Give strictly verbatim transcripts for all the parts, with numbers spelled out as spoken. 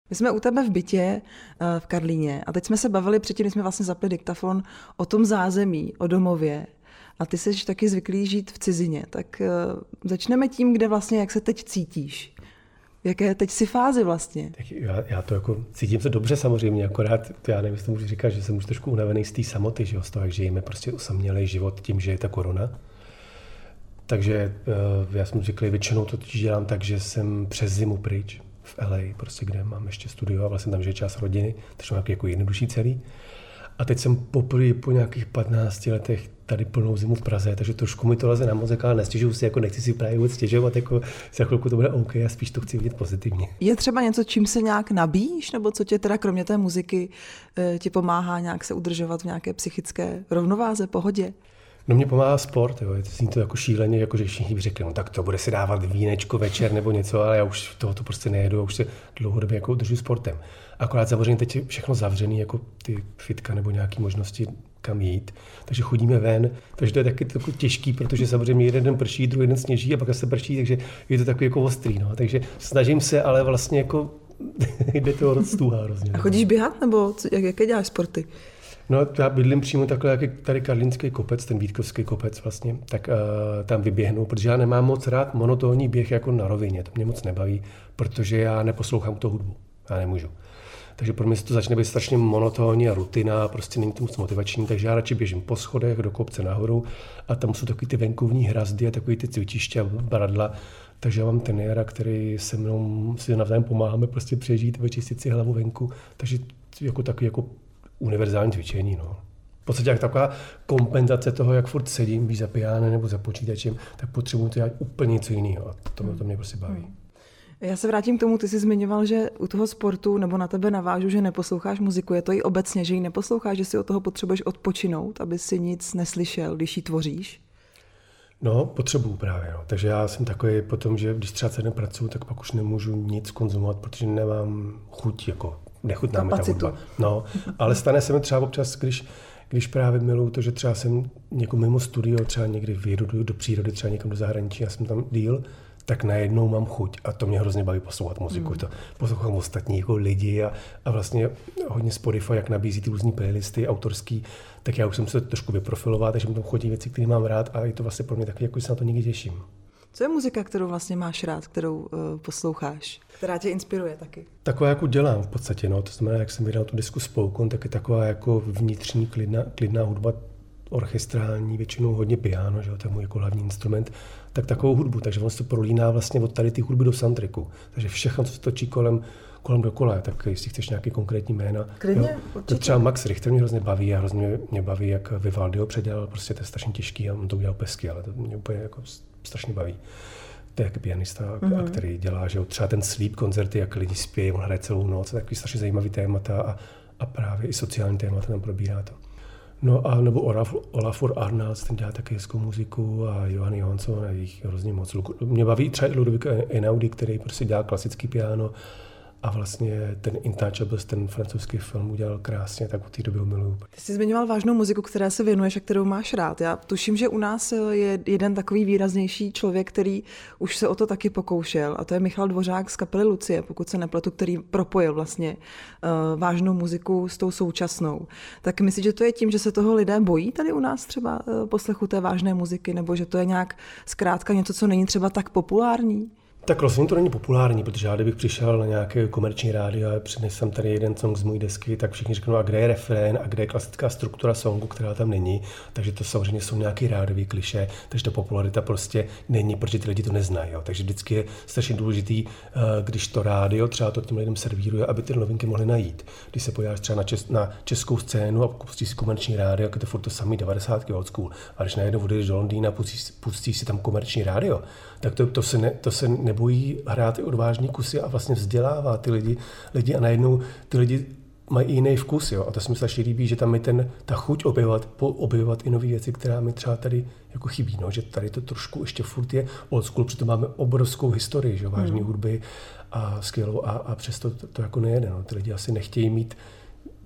My jsme u tebe v bytě v Karlíně a teď jsme se bavili předtím, když jsme vlastně zapli diktafon, o tom zázemí, o domově. A ty jsi taky zvyklý žít v cizině. Tak začneme tím, kde vlastně, jak se teď cítíš. V jaké teď si fázi vlastně? Tak já, já to jako cítím se dobře samozřejmě, akorát, to já nevím, jestli to můžu říkat, že jsem už trošku unavený z té samoty, že jo, z toho, jak žijeme prostě osamělý život tím, že je ta korona. Takže já jsem říkal, většinou to dělám tak, že jsem přes zimu pryč v L A, prostě, kde mám ještě studio a vlastně tam žije část rodiny, takže mám jako jednodušší celý. A teď jsem poprvé po nějakých patnácti letech tady plnou zimu v Praze, takže trošku mi to leze na mozek, ale nestěžuju si, jako nechci si právě vůbec stěžovat, jako za chvilku to bude OK a spíš to chci vidět pozitivně. Je třeba něco, čím se nějak nabíjíš, nebo co tě teda kromě té muziky ti pomáhá nějak se udržovat v nějaké psychické rovnováze, pohodě? No mě pomáhá sport, jo. Zní to jako šíleně, jako že všichni by řekli, no tak to bude si dávat vínečko večer nebo něco, ale já už tohoto prostě nejedu a už se dlouhodobě jako udržuji sportem. Akorát samozřejmě teď je všechno zavřený, jako ty fitka nebo nějaké možnosti kam jít, takže chodíme ven, takže to je taky trochu těžký, protože samozřejmě jeden den prší, druhý den sněží a pak se prší, takže je to takový jako ostrý, no. Takže snažím se, ale vlastně jako jde to rozstůhá hrozně. A chodíš běhat nebo co, jak, jaké děláš sporty? No, já bydlím přímo takhle, jak je tady Karlínský kopec, ten Vítkovský kopec vlastně, tak uh, tam vyběhnu, protože já nemám moc rád monotónní běh jako na rovině, to mě moc nebaví, protože já neposlouchám tu hudbu, já nemůžu. Takže pro mě se to začne být strašně monotónní a rutina, prostě není to moc motivační, takže já radši běžím po schodech do kopce nahoru a tam jsou takový ty venkovní hrazdy a takový ty cvičiště a bradla, takže já mám trenéra, který se mnou si navzájem pomáháme prostě přežít, vyčistit si hlavu venku, takže jako takový jako univerzální cvičení, no. V podstatě jak taková kompenzace toho, jak furt sedím, víš, za pijánem nebo za počítačem, tak potřebuji to dělat úplně něco jiného a to, to mě prostě baví. Já se vrátím k tomu, ty jsi zmiňoval, že u toho sportu, nebo na tebe navážu, že neposloucháš muziku. Je to i obecně, že ji neposloucháš, že si od toho potřebuješ odpočinout, aby si nic neslyšel, když ji tvoříš? No, potřebuju právě. No. Takže já jsem takový potom, že když třeba celý pracuju, tak pak už nemůžu nic konzumovat, protože nemám chuť, jako nechutná mi ta hudba. No, ale stane se mi třeba občas, když, když právě miluju to, že třeba jsem někoho mimo studio, třeba někdy vyjedu do, do přírody, třeba někam do zahraničí, já jsem tam díl, tak najednou mám chuť a to mě hrozně baví poslouchat muziku. Mm. To poslouchám ostatní jako lidi a, a vlastně hodně Spotify, jak nabízí ty různý playlisty autorský, tak já už jsem se trošku vyprofiloval, takže mi tam chodí věci, které mám rád a je to vlastně pro mě taky, jako se na to někdy těším. Co je muzika, kterou vlastně máš rád, kterou uh, posloucháš, která tě inspiruje taky? Taková, jako dělám v podstatě, no. To znamená, jak jsem vydal tu disku Spoken, tak je taková jako vnitřní klidná, klidná hudba, orchestrální, většinou hodně piano, že jo, to je můj jako hlavní instrument, tak takovou hudbu, takže on se to prolíná vlastně od tady ty hudby do soundtracku. Takže všechno, co se točí kolem, kolem dokola, tak jestli chceš nějaký konkrétní jména. Klidně, jo, třeba Max Richter mě hrozně baví a hrozně mě baví, jak Vivaldi ho předělal, prostě to je strašně těžký a on to udělal pesky, ale to mě úplně jako strašně baví. To je jaký pianista, mm-hmm. který dělá, že jo, třeba ten sleep koncerty, jak lidi spějí, on hraje celou noc, takový strašně zajímavý témata a, a právě i sociální témata tam probírá to. No a nebo Olaf, Olafur Arnalds, ten dělá také hezkou muziku a Johan Johansson a jich hrozně moc. Mě baví třeba Ludovic Einaudi, který prostě dělá klasický piano a vlastně ten Intouchables, ten francouzský film udělal krásně, tak od té doby ho miluju. Ty jsi zmiňoval vážnou muziku, které se věnuješ a kterou máš rád. Já tuším, že u nás je jeden takový výraznější člověk, který už se o to taky pokoušel a to je Michal Dvořák z kapely Lucie, pokud se nepletu, který propojil vlastně uh, vážnou muziku s tou současnou. Tak myslíš, že to je tím, že se toho lidé bojí tady u nás třeba uh, poslechu té vážné muziky, nebo že to je nějak zkrátka něco, co není třeba tak populární? Tak rozhodně to není populární, protože já kdybych přišel na nějaké komerční rádio a přinesl tady jeden song z mojí desky, tak všichni řeknou, a kde je refrén a kde je klasická struktura songu, která tam není. Takže to samozřejmě jsou nějaké rádiové klišé, takže ta popularita prostě není, protože ty lidi to neznají. Jo. Takže vždycky je strašně důležitý, když to rádio třeba to těm lidem servíruje, aby ty novinky mohly najít. Když se podíváš třeba na, čes, na českou scénu a pustíš si komerční rádio, jak je to furt to samý devadesátky old school, a když najednou odjedeš do Londýna a pustíš, pustíš si tam komerční rádio, tak to, to se, ne, to se nebojí hrát i odvážný kusy a vlastně vzdělává ty lidi, lidi a najednou ty lidi mají jiný vkus, jo? A to se mi strašně líbí, že tam je ten, ta chuť objevovat, po, objevovat i nové věci, která mi třeba tady jako chybí, no? Že tady to trošku ještě furt je old school, přitom máme obrovskou historii, že? Vážné hmm. hudby a skvělou a, a přesto to, to jako nejede, no? Ty lidi asi nechtějí mít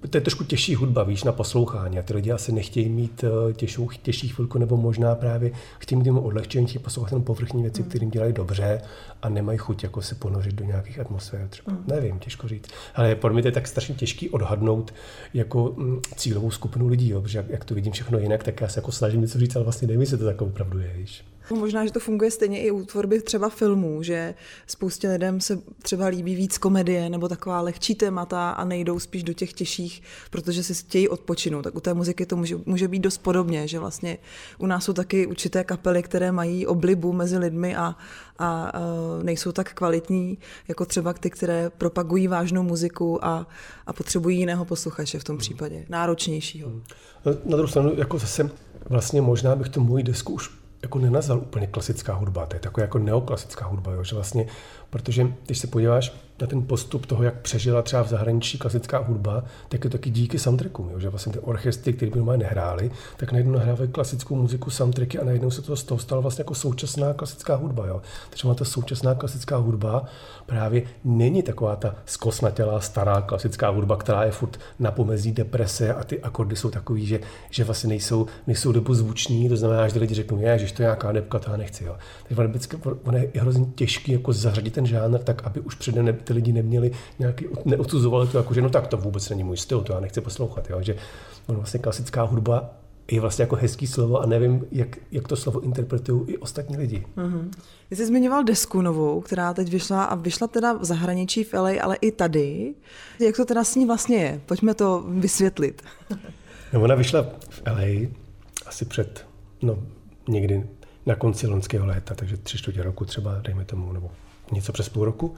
to je trošku těžší hudba, víš, na poslouchání a ty lidi asi nechtějí mít těžší, těžší chvilku nebo možná právě chtějí mít tomu odlehčení, chtějí poslouchat jenom povrchní věci, mm. kterým dělají dobře a nemají chuť jako se ponořit do nějakých atmosfér třeba. Mm. Nevím, těžko říct. Ale pro mě to je tak strašně těžký odhadnout jako mm, cílovou skupinu lidí, jo, protože jak, jak to vidím všechno jinak, tak já se jako snažím něco říct, ale vlastně nevím, jestli to tak opravdu je, víš. Možná, že to funguje stejně i u tvorby třeba filmů, že spoustě lidem se třeba líbí víc komedie nebo taková lehčí témata a nejdou spíš do těch těžších, protože si chtějí odpočinout. Tak u té muziky to může, může být dost podobně, že vlastně u nás jsou taky určité kapely, které mají oblibu mezi lidmi a, a, a nejsou tak kvalitní, jako třeba ty, které propagují vážnou muziku a, a potřebují jiného posluchače v tom případě, náročnějšího. Na, na druhou stranu, jako zase vlastně možná bych tu moji desku už jako nenazval úplně klasická hudba, to je taková jako neoklasická hudba, jo, že vlastně, protože když se podíváš na ten postup toho, jak přežila třeba v zahraničí klasická hudba, tak je to taky díky soundtrackům, jo, že vlastně ty orchestry, které by doma nehrály, tak najednou nahrávají klasickou muziku, soundtracky a najednou se to z toho stalo vlastně jako současná klasická hudba, jo. Takže má ta současná klasická hudba právě není taková ta zkosnatělá stará klasická hudba, která je furt na pomezí deprese a ty akordy jsou takový, že, že vlastně nejsou, nejsou dobu zvuční, to znamená, že lidi řeknou, je, že to je nějaká debka, to já nechci, jo. Takže ono je hrozně těžký jako zařadit ten žánr tak, aby už předem ne, ty lidi neměli nějaký, neodsuzovali to jako, že no tak to vůbec není můj styl, to já nechci poslouchat, jo. Že ono vlastně klasická hudba je vlastně jako hezký slovo a nevím, jak, jak to slovo interpretují i ostatní lidi. Mm-hmm. Ty jsi zmiňoval desku novou, která teď vyšla a vyšla teda v zahraničí v L A, ale i tady. Jak to teda s ní vlastně je? Pojďme to vysvětlit. No, ona vyšla v L A asi před, no někdy na konci loňského léta, takže tři čtvrtě roku třeba, dejme tomu, nebo něco přes půl roku.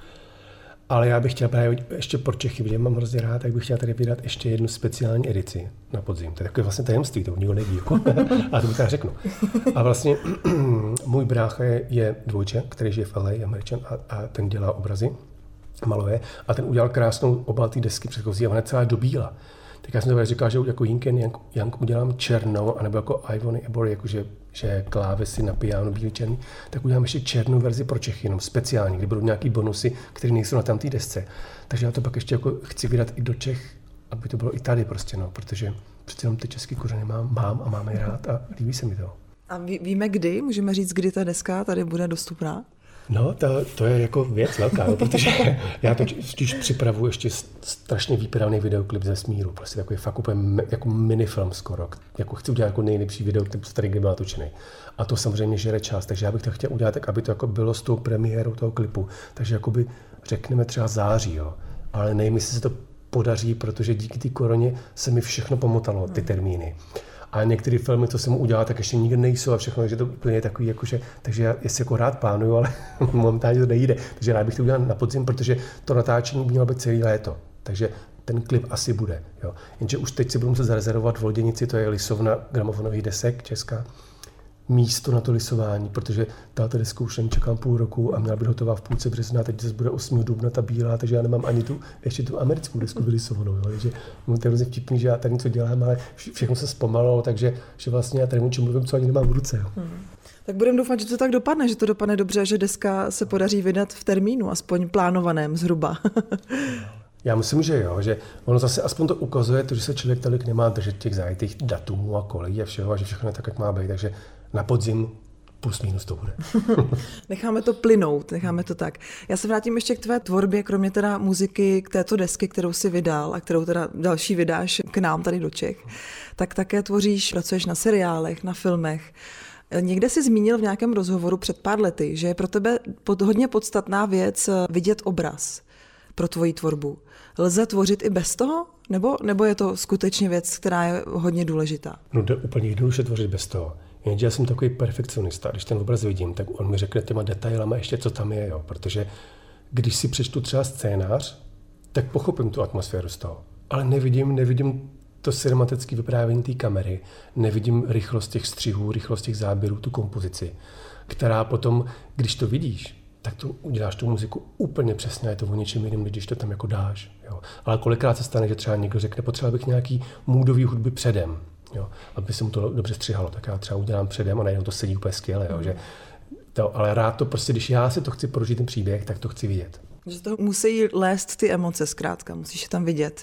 Ale já bych chtěl právě ještě pro Čechy, protože mám hrozně rád, tak bych chtěl tady vydat ještě jednu speciální edici na podzim. To je takové vlastně tajemství, to nikdo neví, jako. A to bych tak řeknu. A vlastně můj brácha je, je dvojče, který žije v L A, Američan, a, a ten dělá obrazy, maluje, a ten udělal krásnou obal té desky předchozí a ona je celá do bíla. Tak já jsem to říkal, že jako Yin Ken Yang, Yang udělám černou, anebo jako Ivony Ebor, jakože že klávesy na piano bílý černý, tak udělám ještě černou verzi pro Čechy, jenom speciální, kde budou nějaký bonusy, které nejsou na tamté desce. Takže já to pak ještě jako chci vydat i do Čech, aby to bylo i tady prostě, no, protože přece jenom ty český kořeny mám, mám a máme je rád a líbí se mi to. A ví, víme kdy? Můžeme říct, kdy ta deska tady bude dostupná? No, to, to je jako věc velká, no, protože já totiž připravuji ještě strašně výpravný videoklip ze Smíru, prostě takový fakt úplně jako minifilm skoro, jako chci udělat jako nejlepší videoklip, který kdy byl natočený. A to samozřejmě žere čas, takže já bych to chtěl udělat tak, aby to jako bylo s tou premiérou toho klipu, takže jakoby řekneme třeba září, jo, ale nevím, jestli se to podaří, protože díky té koroně se mi všechno pomotalo, ty termíny. A některé filmy, co jsem udělal, tak ještě nikdy nejsou a všechno, takže to úplně je takový, jakože, takže já si jako rád plánuju, ale momentálně to nejde. Takže rád bych to udělal na podzim, protože to natáčení by mělo být celý léto. Takže ten klip asi bude. Jo. Jenže už teď si budu muset zarezervovat v Loděnici, to je lisovna gramofonových desek česká, místo na to lisování, protože tato desku už čekám půl roku a měla být hotová v půlce března, teď zase bude osmého dubna ta bílá, takže já nemám ani tu, ještě tu americkou desku vylisovanou. Jo. Takže no, to je hrozně vtipný, že já tady něco dělám, ale všechno se zpomalilo, takže že vlastně já tady o čem mluvím, co ani nemám v ruce. Jo. Hmm. Tak budeme doufat, že to tak dopadne, že to dopadne dobře, že deska se podaří vydat v termínu, aspoň plánovaném zhruba. Já myslím, že jo, že ono zase aspoň to ukazuje, to, že se člověk tolik nemá držet těch zajetých datumů a kolí a všeho, a že všechno je tak, jak má být, takže na podzim plus minus to bude. Necháme to plynout, necháme to tak. Já se vrátím ještě k tvé tvorbě, kromě teda muziky k této desky, kterou si vydal a kterou teda další vydáš k nám tady do Čech, tak také tvoříš, pracuješ na seriálech, na filmech. Někde jsi zmínil v nějakém rozhovoru před pár lety, že je pro tebe pod, hodně podstatná věc vidět obraz pro tvoji tvorbu. Lze tvořit i bez toho? Nebo, nebo je to skutečně věc, která je hodně důležitá? No jde úplně jednoduše tvořit bez toho. Jenže já jsem takový perfekcionista. Když ten obraz vidím, tak on mi řekne těma detailama ještě, co tam je. Jo. Protože když si přečtu třeba scénář, tak pochopím tu atmosféru z toho. Ale nevidím, nevidím to cinematické vyprávění té kamery, nevidím rychlost těch střihů, rychlost těch záběrů, tu kompozici, která potom, když to vidíš, tak to uděláš tu muziku úplně přesně, je to o něčem jiném, když to tam jako dáš. Jo. Ale kolikrát se stane, že třeba někdo řekne, potřeboval bych nějaký moodový hudby předem, jo, aby se mu to dobře střihalo, tak já třeba udělám předem a najednou to sedí úplně skvěle, jo, že to, ale rád to prostě, když já si to chci prožít ten příběh, tak to chci vidět. Že to musí lézt ty emoce zkrátka, musíš je tam vidět.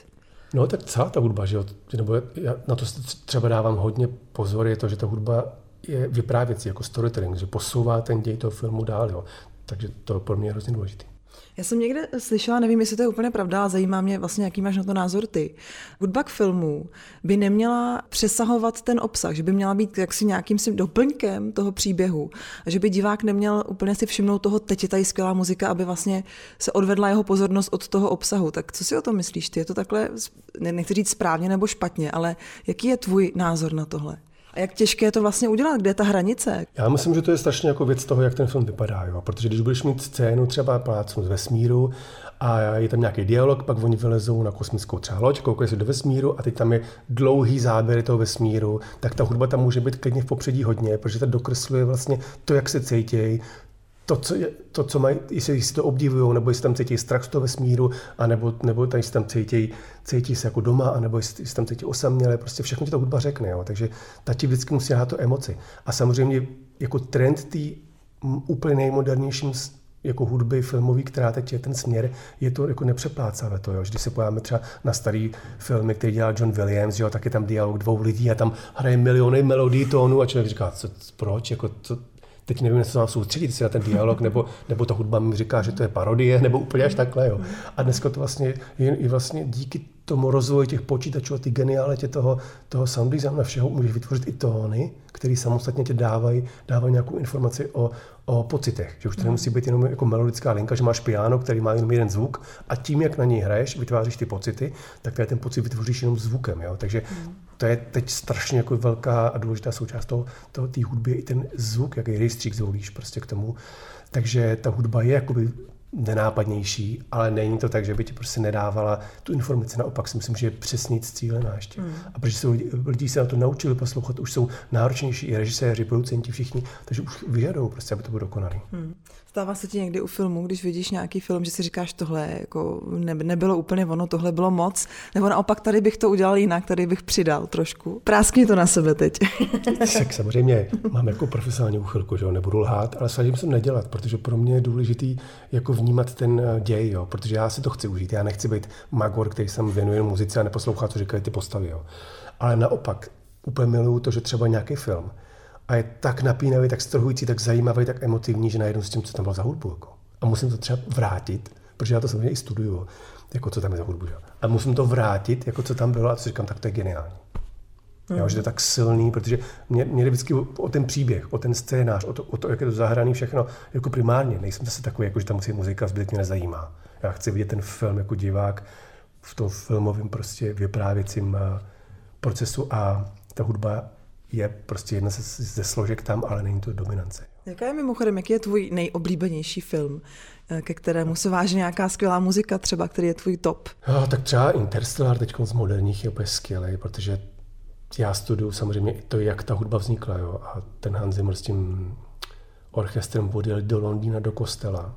No tak celá ta hudba, že jo, nebo já na to třeba dávám hodně pozor, je to, že ta hudba je vyprávěcí, jako storytelling, že posouvá ten děj toho filmu dál, jo. Takže to pro mě je hrozně důležité. Já jsem někde slyšela, nevím, jestli to je úplně pravda, ale zajímá mě vlastně, jaký máš na to názor ty. Hudba k filmu by neměla přesahovat ten obsah, že by měla být jaksi nějakým si doplňkem toho příběhu a že by divák neměl úplně si všimnout toho, teď je tady skvělá muzika, aby vlastně se odvedla jeho pozornost od toho obsahu. Tak co si o tom myslíš ty? Je to takhle, nechci říct správně nebo špatně, ale jaký je tvůj názor na tohle? A jak těžké je to vlastně udělat? Kde je ta hranice? Já myslím, že to je strašně jako věc toho, jak ten film vypadá. Jo? Protože když budeš mít scénu třeba plácnu z vesmíru a je tam nějaký dialog, pak oni vylezou na kosmickou třeba loď, koukají se do vesmíru a teď tam je dlouhý záběr toho vesmíru, tak ta hudba tam může být klidně v popředí hodně, protože ta dokresluje vlastně to, jak se cítějí, to, co, je, to, co mají, jestli si to obdivují, nebo jestli tam cítí strach z toho vesmíru, anebo, nebo tady si tam cítí, cítí se jako doma, anebo jestli si tam cítí osaměle, prostě všechno ti ta hudba řekne. Jo. Takže ta ti vždycky musí dát tu emoci. A samozřejmě jako trend té úplně nejmodernějším jako hudby filmový, která teď je ten směr, je to jako nepřeplácavé to, jo. Když se pojáme třeba na starý filmy, který dělal John Williams, jo, tak je tam dialog dvou lidí a tam hraje miliony melodií, tónů a člověk říká, co, proč, jako, co, teď nevím, jestli se mám soustředit si na ten dialog, nebo, nebo ta hudba mi říká, že to je parodie, nebo úplně až takhle. Jo. A dneska to vlastně je i vlastně díky tomu rozvoji těch počítačů a ty genialitě toho, toho sound designu a všeho můžeš vytvořit i tóny, které samostatně tě dávají, dávají nějakou informaci o, o pocitech. Že už to nemusí být jenom jako melodická linka, že máš piano, který má jenom jeden zvuk a tím, jak na něj hraješ, vytváříš ty pocity, tak tady ten pocit vytvoříš jenom zvukem. Jo. Takže to je teď strašně jako velká a důležitá součást toho, toho té hudby, i ten zvuk, jaký rejstřík zvolíš prostě k tomu. Takže ta hudba je jakoby nenápadnější, ale není to tak, že by ti prostě nedávala tu informaci. Naopak si myslím, že je přesně cílená ještě. Hmm. A protože se lidi, lidi se na to naučili poslouchat, už jsou náročnější i režiséři, producenti, všichni, takže už vyžadují prostě, aby to bylo dokonalý. Hmm. Stává se ti někdy u filmu, když vidíš nějaký film, že si říkáš, tohle jako ne, nebylo úplně ono, tohle bylo moc, nebo naopak tady bych to udělal jinak, tady bych přidal trošku. Práskni to na sebe teď. Tak samozřejmě mám jako profesionální úchylku, že jo, nebudu lhát, ale snažím se nedělat, protože pro mě je důležitý jako vnímat ten děj, jo, protože já si to chci užít, já nechci být magor, který se věnuje muzice a neposlouchá, co říkají ty postavy, jo. Ale naopak úplně miluju to, že třeba nějaký film a je tak napínavý, tak strhující, tak zajímavý, tak emotivní, že najednou s tím, co tam bylo za hudbu. Jako. A musím to třeba vrátit, protože já to samozřejmě i studuju, jako co tam je za hudbu. Že? A musím to vrátit, jako co tam bylo a co říkám, tak to je geniální. Mm. Jo, že to je tak silný, protože mě, mě jde vždycky o, o ten příběh, o ten scénář, o to, o to, jak je to zahraný všechno, jako primárně. Nejsem zase takový, jako, že tam musí muzika, zbytek mě nezajímá. Já chci vidět ten film jako divák v tom filmovém prostě vyprávěcím procesu a ta hudba je prostě jedna ze, ze složek tam, ale není to dominance. Jaká je mimochodem, jaký je tvůj nejoblíbenější film, ke kterému se váže nějaká skvělá muzika třeba, který je tvůj top? No, tak třeba Interstellar teď z moderních je úplně skvělý, protože já studuju samozřejmě i to, jak ta hudba vznikla. Jo? A ten Hans Zimmer s tím orchestrem odjel do Londýna, do kostela.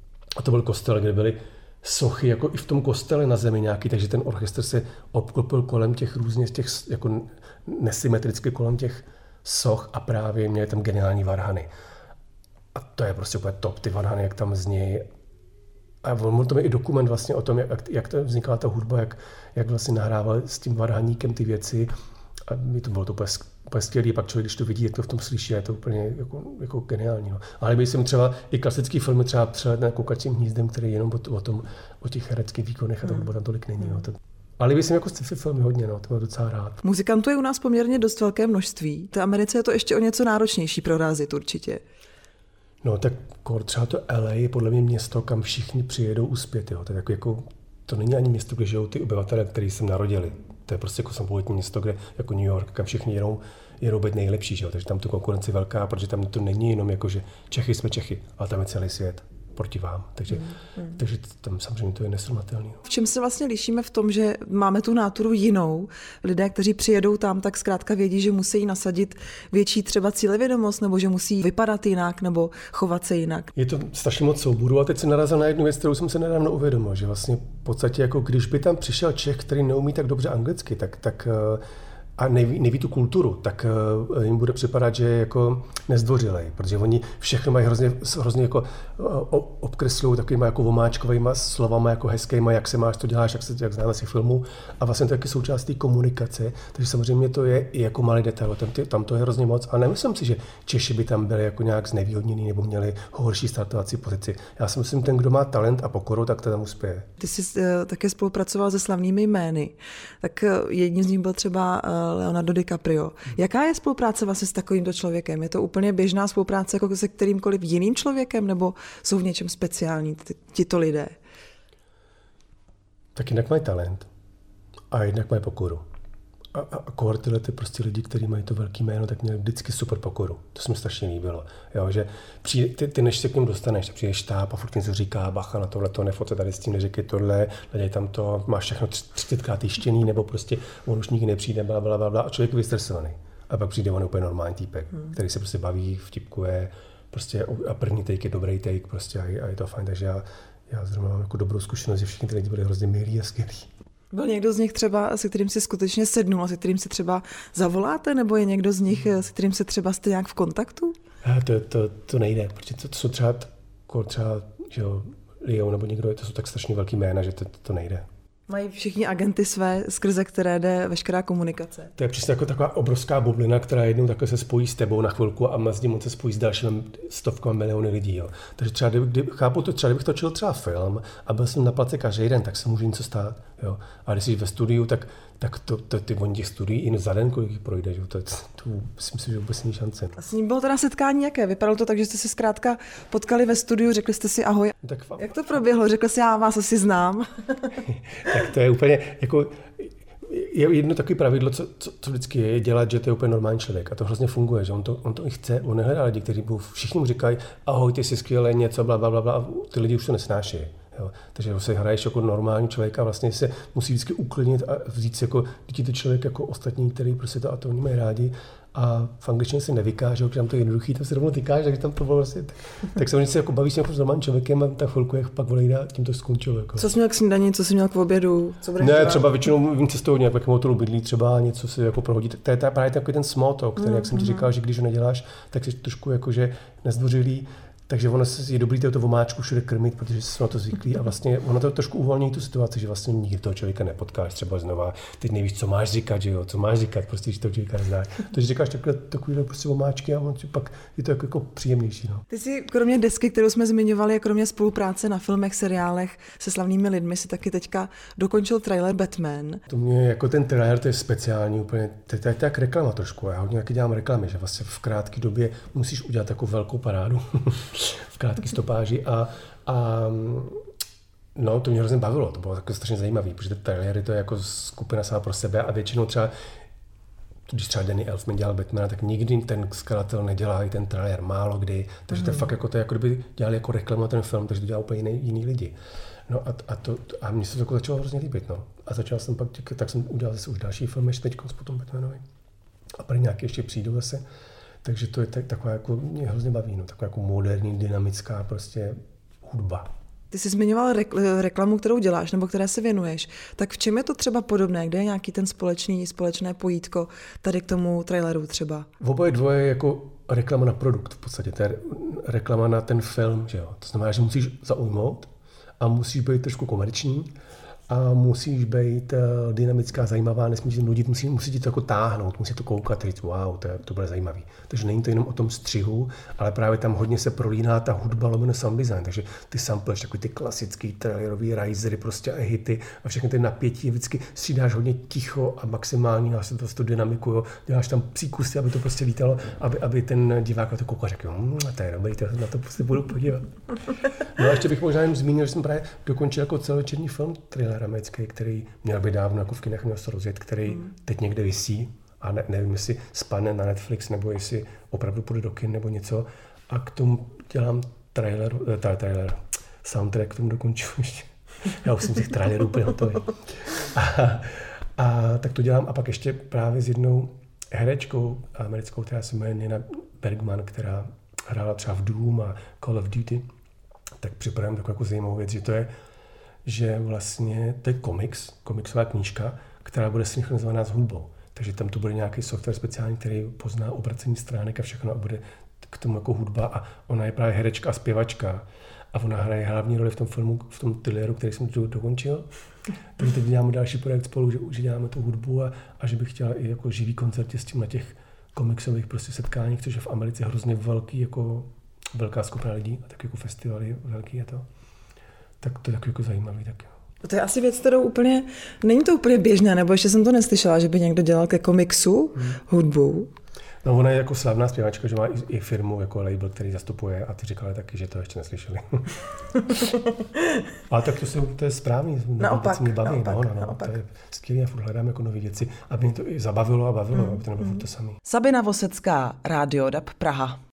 A to byl kostel, kde byly sochy, jako i v tom kostele na zemi nějaký, takže ten orchestr se obklopil kolem těch různých, těch, jako nesymetricky kolem těch soch a právě měli tam geniální varhany. A to je prostě úplně top, ty varhany, jak tam zní. A on to je i dokument vlastně o tom, jak, jak to vznikala ta hudba, jak, jak vlastně nahrával s tím varhaníkem ty věci. A mi to bylo to úplně, úplně skvělý, pak člověk, když to vidí, jak to v tom slyší, je to úplně jako, jako geniální. No. Ale kdyby jsem třeba i klasický filmy třeba Přelet nad Koukacím hnízdem, který jenom o, o, tom, o těch hereckých výkonech a to hudba tam tolik není. No. To, ale kdyby jsem jako sci-fi filmy hodně, no, to mám docela rád. Muzikantů je u nás poměrně dost velké množství. V té Americe je to ještě o něco náročnější prorazit určitě. No tak třeba to L A je podle mě město, kam všichni přijedou uspět. Jo. To, jako, jako, to není ani město, kde žijou ty obyvatele, kteří se narodili. To je prostě jako samostatné město, kde jako New York, kam všichni jedou, jedou být nejlepší, že jo? Takže tam tu konkurence velká, protože tam to není jenom jako, že Čechy jsme Čechy, ale tam je celý svět proti vám. Takže, mm, mm. takže tam samozřejmě to je nesrovnatelné. V čem se vlastně lišíme v tom, že máme tu náturu jinou? Lidé, kteří přijedou tam, tak zkrátka vědí, že musí nasadit větší třeba cílevědomost, nebo že musí vypadat jinak, nebo chovat se jinak. Je to strašně moc souborů a teď jsem narazil na jednu věc, kterou jsem se nedávno uvědomil, že vlastně v podstatě jako když by tam přišel Čech, který neumí tak dobře anglicky, tak, tak a neví, neví tu kulturu, tak uh, jim bude připadat, že je jako nezdvořilej, protože oni všechno mají hrozně, hrozně jako uh, obkreslují takovýma jako vomáčkovýma slovama, jako hezkýma, jak se máš, to děláš, jak, se, jak známe si filmu. A vlastně to je taky součást té komunikace, takže samozřejmě to je i jako malý detail, tam, ty, tam to je hrozně moc. A nemyslím si, že Češi by tam byli jako nějak znevýhodnění nebo měli horší startovací pozici. Já si myslím, ten, kdo má talent a pokoru, tak to tam uspěje. Ty jsi uh, také spolupracoval se slavnými jmény, tak uh, jedním z nich byl třeba uh, Leonardo DiCaprio. Jaká je spolupráce vlastně s takovýmto člověkem? Je to úplně běžná spolupráce jako se kterýmkoliv jiným člověkem, nebo jsou v něčem speciální tito lidé? Tak jinak mají talent a jinak mají pokoru. A, a, a kohor tyhle ty prostě lidi, kteří mají to velký jméno, tak měli vždycky super pokoru. To se mi strašně líbilo. Jo, že přijde, ty, ty, než se k němu dostaneš, tak přijde štáb a furt něco říká, bacha na tohle, to nefoce tady s tím, neříkej tohle, neděj tam to, máš všechno třicetkrát tištěný, nebo prostě on už nikdy nepřijde, bla, bla, bla, bla, a člověk je vystresovaný. A pak přijde on úplně normální týpek, hmm. který se prostě baví, vtipkuje, prostě a první take je dobrý take, prostě a, a je to fajn, takže já, já zrovna mám jako dobrou zkušenost, že všichni ty lidi byli hrozně milí a skvělí. Byl někdo z nich třeba, se kterým si skutečně sednul, se kterým si třeba zavoláte, nebo je někdo z nich, se kterým se třeba jste nějak v kontaktu? A to, to, to nejde, protože to, to jsou třeba, třeba že jo, Leo nebo někdo, to jsou tak strašně velký jména, že to, to nejde. Mají všichni agenty své, skrze které jde veškerá komunikace. To je přesně jako taková obrovská bublina, která jednou takhle se spojí s tebou na chvilku a mezi tím on se spojí s dalšími stovkami miliony lidí. Jo. Takže třeba, kdy, chápu to, třeba kdybych točil třeba film a byl jsem na place každý den, tak se může něco stát. Jo. A když jsi ve studiu, tak, tak to, to, ty oni těch studií i za den, kolik jich projde. Jo. To, to, to si myslím, že vůbec není šance. A s ním bylo teda setkání jaké? Vypadalo to tak, že jste se zkrátka potkali ve studiu, řekli jste si ahoj. Tak, jak to proběhlo? Řekl jsi, já vás asi znám. Tak to je úplně, jako, je jedno takové pravidlo, co, co, co vždycky je, je dělat, že to je úplně normální člověk. A to hrozně funguje, že on to, on to i chce, on nehledá lidi, kteří všichni mu říkají, ahoj, ty jsi skvělý, něco, bla, bla, bla, bla, a ty lidi už to nesnáší. Jo. Takže se hraješ jako normální člověk a vlastně se musí vždycky uklidnit a vzít si jako, když to člověk jako ostatní, který prostě to a to oni mají rádi. A v angličtině si nevykáže, že tam to je jednoduchý, tam se rovnou tykáš, takže tam to bylo vlastně, tak, tak se oni se jako baví s nějakým normálním člověkem a ta chvilku, jak pak volejde a tím to skončilo. Jako. Co jsi měl k snídani, co jsi měl k obědu? Co ne, dělat? Třeba většinou vím cestou nějak v hotelu bydlí, třeba něco si jako prohodí. To je právě takový ten small talk, který, mm, jak jsem ti říkal, že když ho neděláš, tak jsi trošku jakože nezdvořilý. Takže ono je dobrý to vomáčku všude krmit, protože jsi na to zvyklý a vlastně ono to trošku uvolní tu situaci, že vlastně nikdy toho člověka nepotkáš třeba znova. Teď nevíš, co máš říkat, že jo, co máš říkat, prostě, že toho člověka neznáš. Takže říkáš takhle takovýhle prostě vomáčky a on pak je to jako, jako příjemnější. No. Ty si kromě desky, kterou jsme zmiňovali, a kromě spolupráce na filmech, seriálech se slavnými lidmi, si taky teďka dokončil trailer Batman. To mě jako ten trailer, to je speciální úplně, to je tak reklama trošku. Já hodně taky dělám reklamy, že vlastně v krátké době musíš udělat takovou velkou parádu. v krátké stopáži a, a no, to mě hrozně bavilo, to bylo takový strašně zajímavý, protože ty trailery to je jako skupina sama pro sebe a většinou třeba, když třeba Danny Elfman dělal Batmana, tak nikdy ten skladatel nedělá i ten trailer, málo kdy, takže mm. to je fakt jako to, jako kdyby dělali jako reklamu na ten film, takže to dělá úplně jiný, jiný lidi. No a, a, to, a mně se to jako začalo hrozně líbit, no. A začal jsem pak, tak jsem udělal zase už další film, ještě teďko s potom Batmanovi. A pak nějaký ještě přijdou zase. Takže to je tak, taková, jako, mě hrozně baví, no, taková jako moderní, dynamická prostě hudba. Ty jsi zmiňoval rekl- reklamu, kterou děláš, nebo které se věnuješ. Tak v čem je to třeba podobné? Kde je nějaký ten společný, společné pojítko tady k tomu traileru třeba? V oboje dvoje je jako reklama na produkt v podstatě. To je reklama na ten film, že jo. To znamená, že musíš zaujmout a musíš být trošku komerční. A musíš být uh, dynamická, zajímavá, nesmíš se nudit, musí, musí ti to jako táhnout, musí to koukat, říct, wow, to, je, to bude zajímavý. Takže není to jenom o tom střihu, ale právě tam hodně se prolíná ta hudba, lomeno sound design, takže ty sampleš, takový ty klasický trailerový risery prostě a hity a všechny ty napětí, vždycky střídáš hodně ticho a maximální, máš to tu dynamiku, jo, děláš tam psí kusy, aby to prostě lítalo, aby, aby ten divák na to koukal, řekl, hm, to je dobrý, to na to prostě budu podívat. No a ještě bych možná jen zmínil, že jsem právě dokončil jako celovečerní film, trailer americký, který měl být dávno jako v kinech, měl se rozjet, který mm. teď někde visí a ne, nevím, jestli spadne na Netflix, nebo jestli opravdu půjde do kin, nebo něco. A k tomu dělám trailer, ta, trailer, soundtrack, k tomu dokončuji ještě. Já už jsem těch trailerů úplně hotový. A, a tak to dělám a pak ještě právě s jednou herečkou americkou, která se jmenuje Nina Bergman, která hrála třeba v Doom a Call of Duty, tak připravím takovou jako zajímavou věc, že to je že vlastně to je komiks, komiksová knížka, která bude synchronizovaná s hudbou. Takže tam to bude nějaký software speciální, který pozná obracení stránek a všechno a bude k tomu jako hudba a ona je právě herečka a zpěvačka a ona hraje hlavní roli v tom filmu, v tom thrilleru, který jsem do, dokončil. Takže teď děláme další projekt spolu, že, že děláme tu hudbu a, a že bych chtěla i jako živý koncerty s tím na těch komiksových prostě setkáních, což je v Americe hrozně velký, jako velká skupina lidí a tak jako festivaly velký je to. Tak to je takový jako zajímavý taky. To je asi věc, kterou úplně, není to úplně běžné, nebo ještě jsem to neslyšela, že by někdo dělal ke komiksu hmm. hudbu. No ona je jako slavná zpěvačka, že má i, i firmu jako label, který zastupuje a ty říkali taky, že to ještě neslyšeli. Ale tak to, se, to je správný, naopak, mě baví, naopak, no, no, no, naopak. To je skvělé, já furt hledám jako nové věci, aby mě to i zabavilo a bavilo, hmm. aby to nebylo hmm. to samé. Sabina Vosecká, Rádio D A B Praha.